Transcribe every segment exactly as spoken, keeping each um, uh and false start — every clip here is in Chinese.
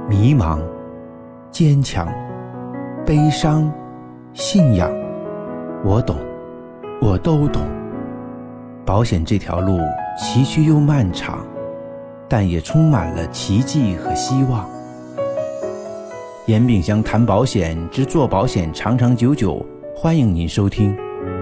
迷茫、坚强、悲伤、信仰，我懂，我都懂。保险这条路崎岖又漫长，但也充满了奇迹和希望。严炳祥谈保险之做保险长长久久，欢迎您收听。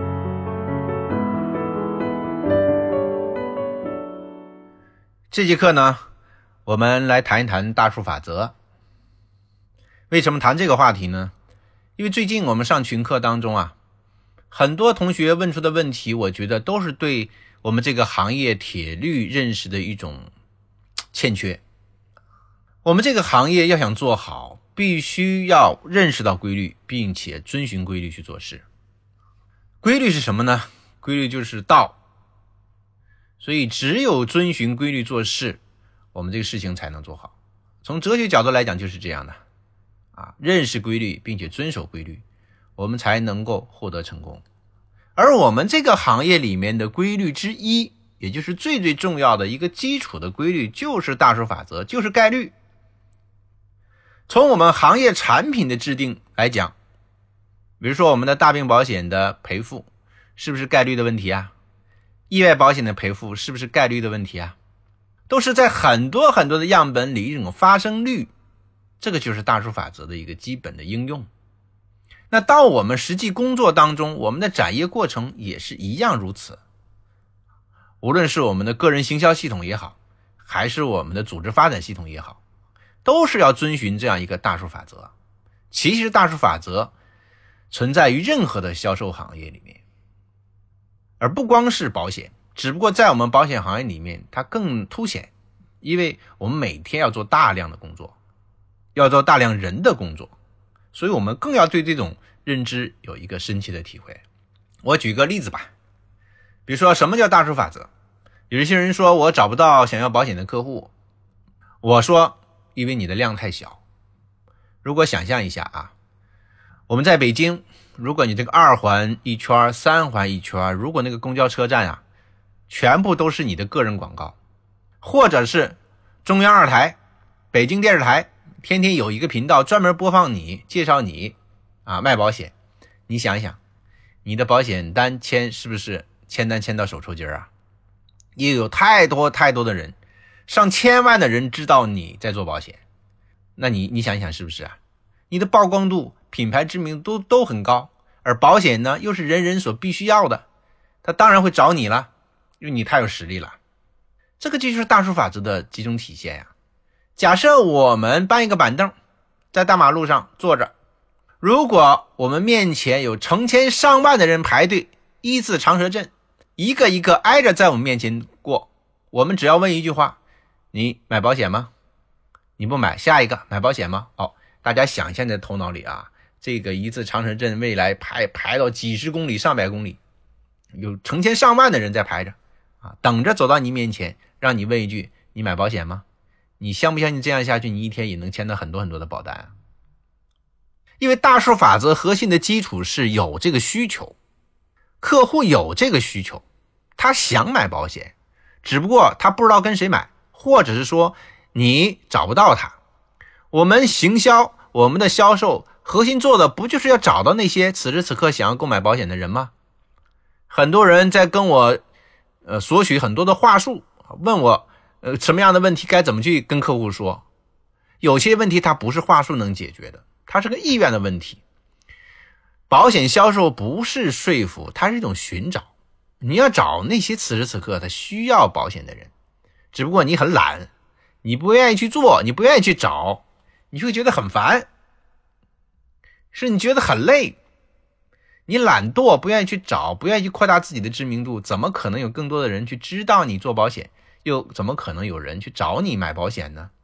这节课呢，我们来谈一谈大数法则。为什么谈这个话题呢？因为最近我们上群课当中啊，很多同学问出的问题，我觉得都是对我们这个行业铁律认识的一种欠缺。我们这个行业要想做好，必须要认识到规律，并且遵循规律去做事。规律是什么呢？规律就是道。所以只有遵循规律做事，我们这个事情才能做好。从哲学角度来讲就是这样的啊，认识规律并且遵守规律，我们才能够获得成功。而我们这个行业里面的规律之一，也就是最最重要的一个基础的规律，就是大数法则，就是概率。从我们行业产品的制定来讲，比如说我们的大病保险的赔付是不是概率的问题啊？意外保险的赔付是不是概率的问题啊？都是在很多很多的样本里一种发生率，这个就是大数法则的一个基本的应用。那到我们实际工作当中，我们的展业过程也是一样如此。无论是我们的个人行销系统也好，还是我们的组织发展系统也好，都是要遵循这样一个大数法则。其实大数法则存在于任何的销售行业里面，而不光是保险，只不过在我们保险行业里面它更凸显，因为我们每天要做大量的工作，要做大量人的工作，所以我们更要对这种认知有一个深切的体会。我举个例子吧，比如说什么叫大数法则？有一些人说我找不到想要保险的客户，我说因为你的量太小。如果想象一下啊，我们在北京，如果你这个二环一圈、三环一圈，如果那个公交车站啊，全部都是你的个人广告，或者是中央二台、北京电视台天天有一个频道专门播放你，介绍你啊卖保险，你想一想，你的保险单签是不是签单签到手抽筋啊？也有太多太多的人，上千万的人知道你在做保险，那你你想一想是不是啊？你的曝光度、品牌知名度都都很高，而保险呢又是人人所必须要的，他当然会找你了，因为你太有实力了。这个就是大数法则的几种体现呀。假设我们搬一个板凳，在大马路上坐着，如果我们面前有成千上万的人排队依次长蛇阵，一个一个挨着在我们面前过，我们只要问一句话，你买保险吗？你不买，下一个买保险吗？哦，大家想象在头脑里啊，这个一次长蛇阵未来排排到几十公里、上百公里，有成千上万的人在排着啊，等着走到你面前，让你问一句，你买保险吗？你相不相信这样下去，你一天也能签到很多很多的保单啊？因为大数法则核心的基础是有这个需求，客户有这个需求，他想买保险，只不过他不知道跟谁买，或者是说你找不到他。我们行销，我们的销售核心做的不就是要找到那些此时此刻想要购买保险的人吗？很多人在跟我呃索取很多的话术，问我呃什么样的问题该怎么去跟客户说。有些问题它不是话术能解决的，它是个意愿的问题。保险销售不是说服，它是一种寻找。你要找那些此时此刻他需要保险的人，只不过你很懒，你不愿意去做，你不愿意去找，你会觉得很烦，是你觉得很累，你懒惰，不愿意去找，不愿意去扩大自己的知名度，怎么可能有更多的人去知道你做保险，又怎么可能有人去找你买保险呢？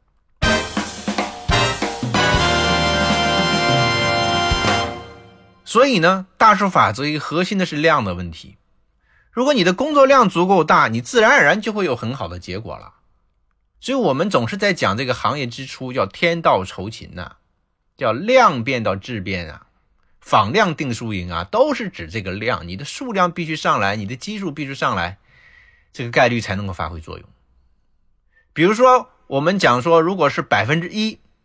所以呢，大数法则一个核心的是量的问题。如果你的工作量足够大，你自然而然就会有很好的结果了。所以我们总是在讲这个行业之初叫天道酬勤啊，叫量变到质变啊，仿量定输赢啊，都是指这个量，你的数量必须上来，你的基数必须上来，这个概率才能够发挥作用。比如说我们讲说，如果是百分之一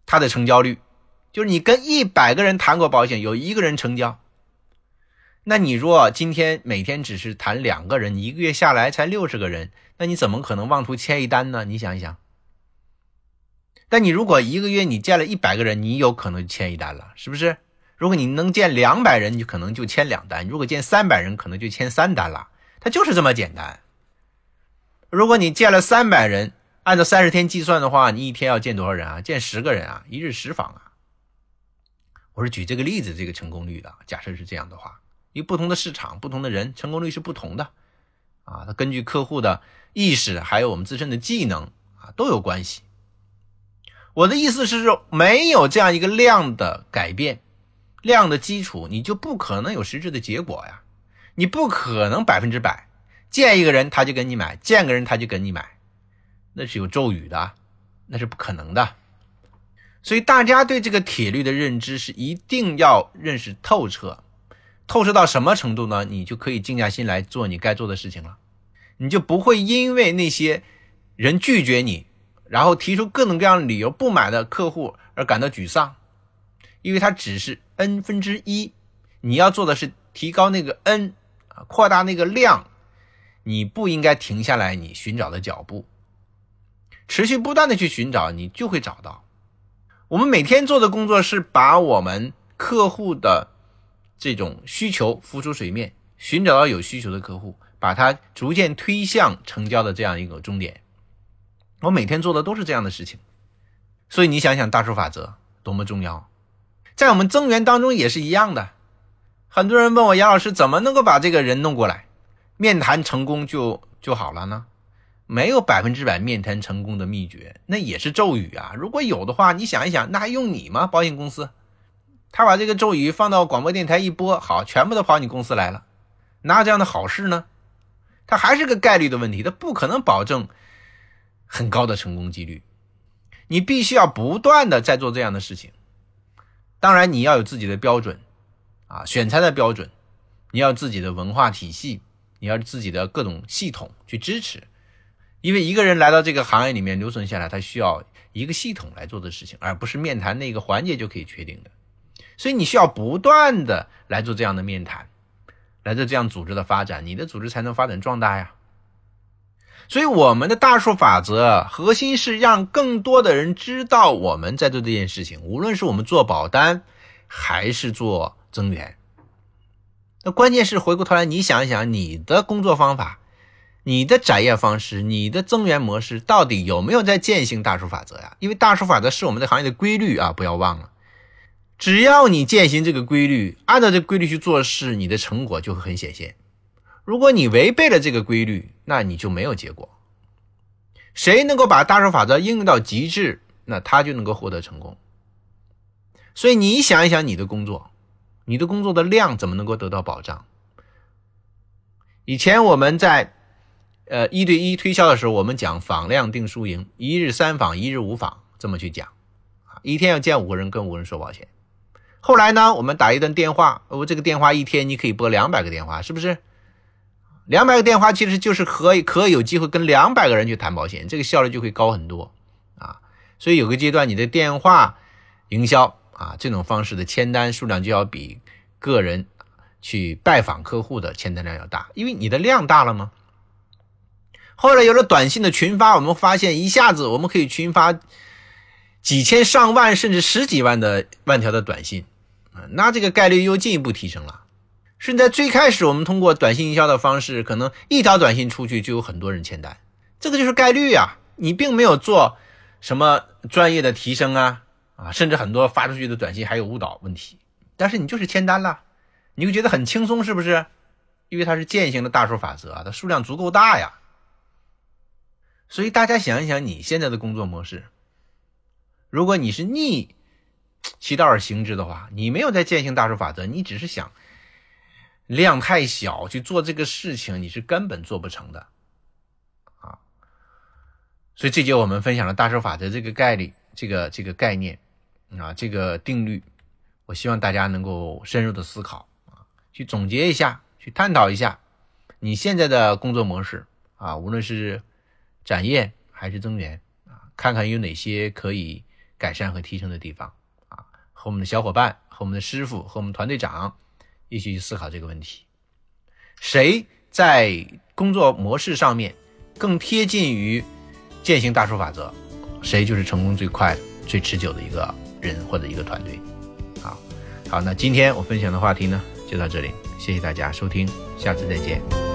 它的成交率，就是你跟一百个人谈过保险，有一个人成交。那你若今天每天只是谈两个人，你一个月下来才六十个人，那你怎么可能妄图签一单呢？你想一想。但你如果一个月你见了一百个人，你有可能签一单了，是不是？如果你能见两百人，你可能就签两单；如果见三百人，可能就签三单了。它就是这么简单。如果你见了三百人，按照三十天计算的话，你一天要见多少人啊？见十个人啊，一日十访啊。我是举这个例子，这个成功率的，假设是这样的话，因为不同的市场、不同的人，成功率是不同的啊。它根据客户的意识，还有我们自身的技能啊，都有关系。我的意思是说，没有这样一个量的改变，量的基础，你就不可能有实质的结果呀。你不可能百分之百见一个人他就跟你买，见个人他就跟你买，那是有咒语的，那是不可能的。所以大家对这个铁律的认知是一定要认识透彻，透彻到什么程度呢？你就可以静下心来做你该做的事情了，你就不会因为那些人拒绝你，然后提出各种各样的理由不买的客户而感到沮丧，因为它只是 n 分之一，你要做的是提高那个 n， 扩大那个量，你不应该停下来你寻找的脚步，持续不断的去寻找，你就会找到。我们每天做的工作是把我们客户的这种需求浮出水面，寻找到有需求的客户，把它逐渐推向成交的这样一个终点。我每天做的都是这样的事情，所以你想想大数法则多么重要。在我们增援当中也是一样的，很多人问我，杨老师怎么能够把这个人弄过来，面谈成功就就好了呢？没有百分之百面谈成功的秘诀，那也是咒语啊。如果有的话，你想一想，那还用你吗？保险公司他把这个咒语放到广播电台一播，好，全部都跑你公司来了，哪有这样的好事呢？它还是个概率的问题，它不可能保证很高的成功几率。你必须要不断的在做这样的事情。当然你要有自己的标准啊，选材的标准，你要有自己的文化体系，你要有自己的各种系统去支持。因为一个人来到这个行业里面留存下来，他需要一个系统来做的事情，而不是面谈那个环节就可以确定的。所以你需要不断的来做这样的面谈，来做这样组织的发展，你的组织才能发展壮大呀。所以我们的大数法则核心是让更多的人知道我们在做这件事情，无论是我们做保单还是做增援。那关键是回过头来你想一想，你的工作方法，你的展业方式，你的增援模式到底有没有在践行大数法则呀？因为大数法则是我们的行业的规律啊，不要忘了。只要你践行这个规律，按照这个规律去做事，你的成果就会很显现。如果你违背了这个规律，那你就没有结果。谁能够把大数法则应用到极致，那他就能够获得成功。所以你想一想你的工作，你的工作的量怎么能够得到保障？以前我们在呃一对一推销的时候，我们讲访量定输赢，一日三访，一日五访，这么去讲，一天要见五个人，跟五个人说保险。后来呢，我们打一段电话，我这个电话一天你可以拨两百个电话，是不是？两百个电话其实就是可以可以有机会跟两百个人去谈保险，这个效率就会高很多啊。所以有个阶段你的电话营销啊这种方式的签单数量就要比个人去拜访客户的签单量要大，因为你的量大了吗？后来有了短信的群发，我们发现一下子我们可以群发几千上万甚至十几万的万条的短信，那这个概率又进一步提升了。甚至在最开始我们通过短信营销的方式，可能一条短信出去就有很多人签单，这个就是概率啊，你并没有做什么专业的提升啊啊，甚至很多发出去的短信还有误导问题，但是你就是签单了，你会觉得很轻松，是不是？因为它是践行的大数法则啊，它数量足够大呀。所以大家想一想你现在的工作模式，如果你是逆其道而行之的话，你没有在践行大数法则，你只是想量太小去做这个事情，你是根本做不成的啊。所以这节我们分享了大数法则这个概率，这个这个概念啊，这个定律，我希望大家能够深入的思考啊，去总结一下，去探讨一下你现在的工作模式啊，无论是展业还是增援啊，看看有哪些可以改善和提升的地方啊，和我们的小伙伴、和我们的师傅、和我们团队长一起去思考这个问题。谁在工作模式上面更贴近于践行大数法则，谁就是成功最快、最持久的一个人或者一个团队。好，好，那今天我分享的话题呢就到这里，谢谢大家收听，下次再见。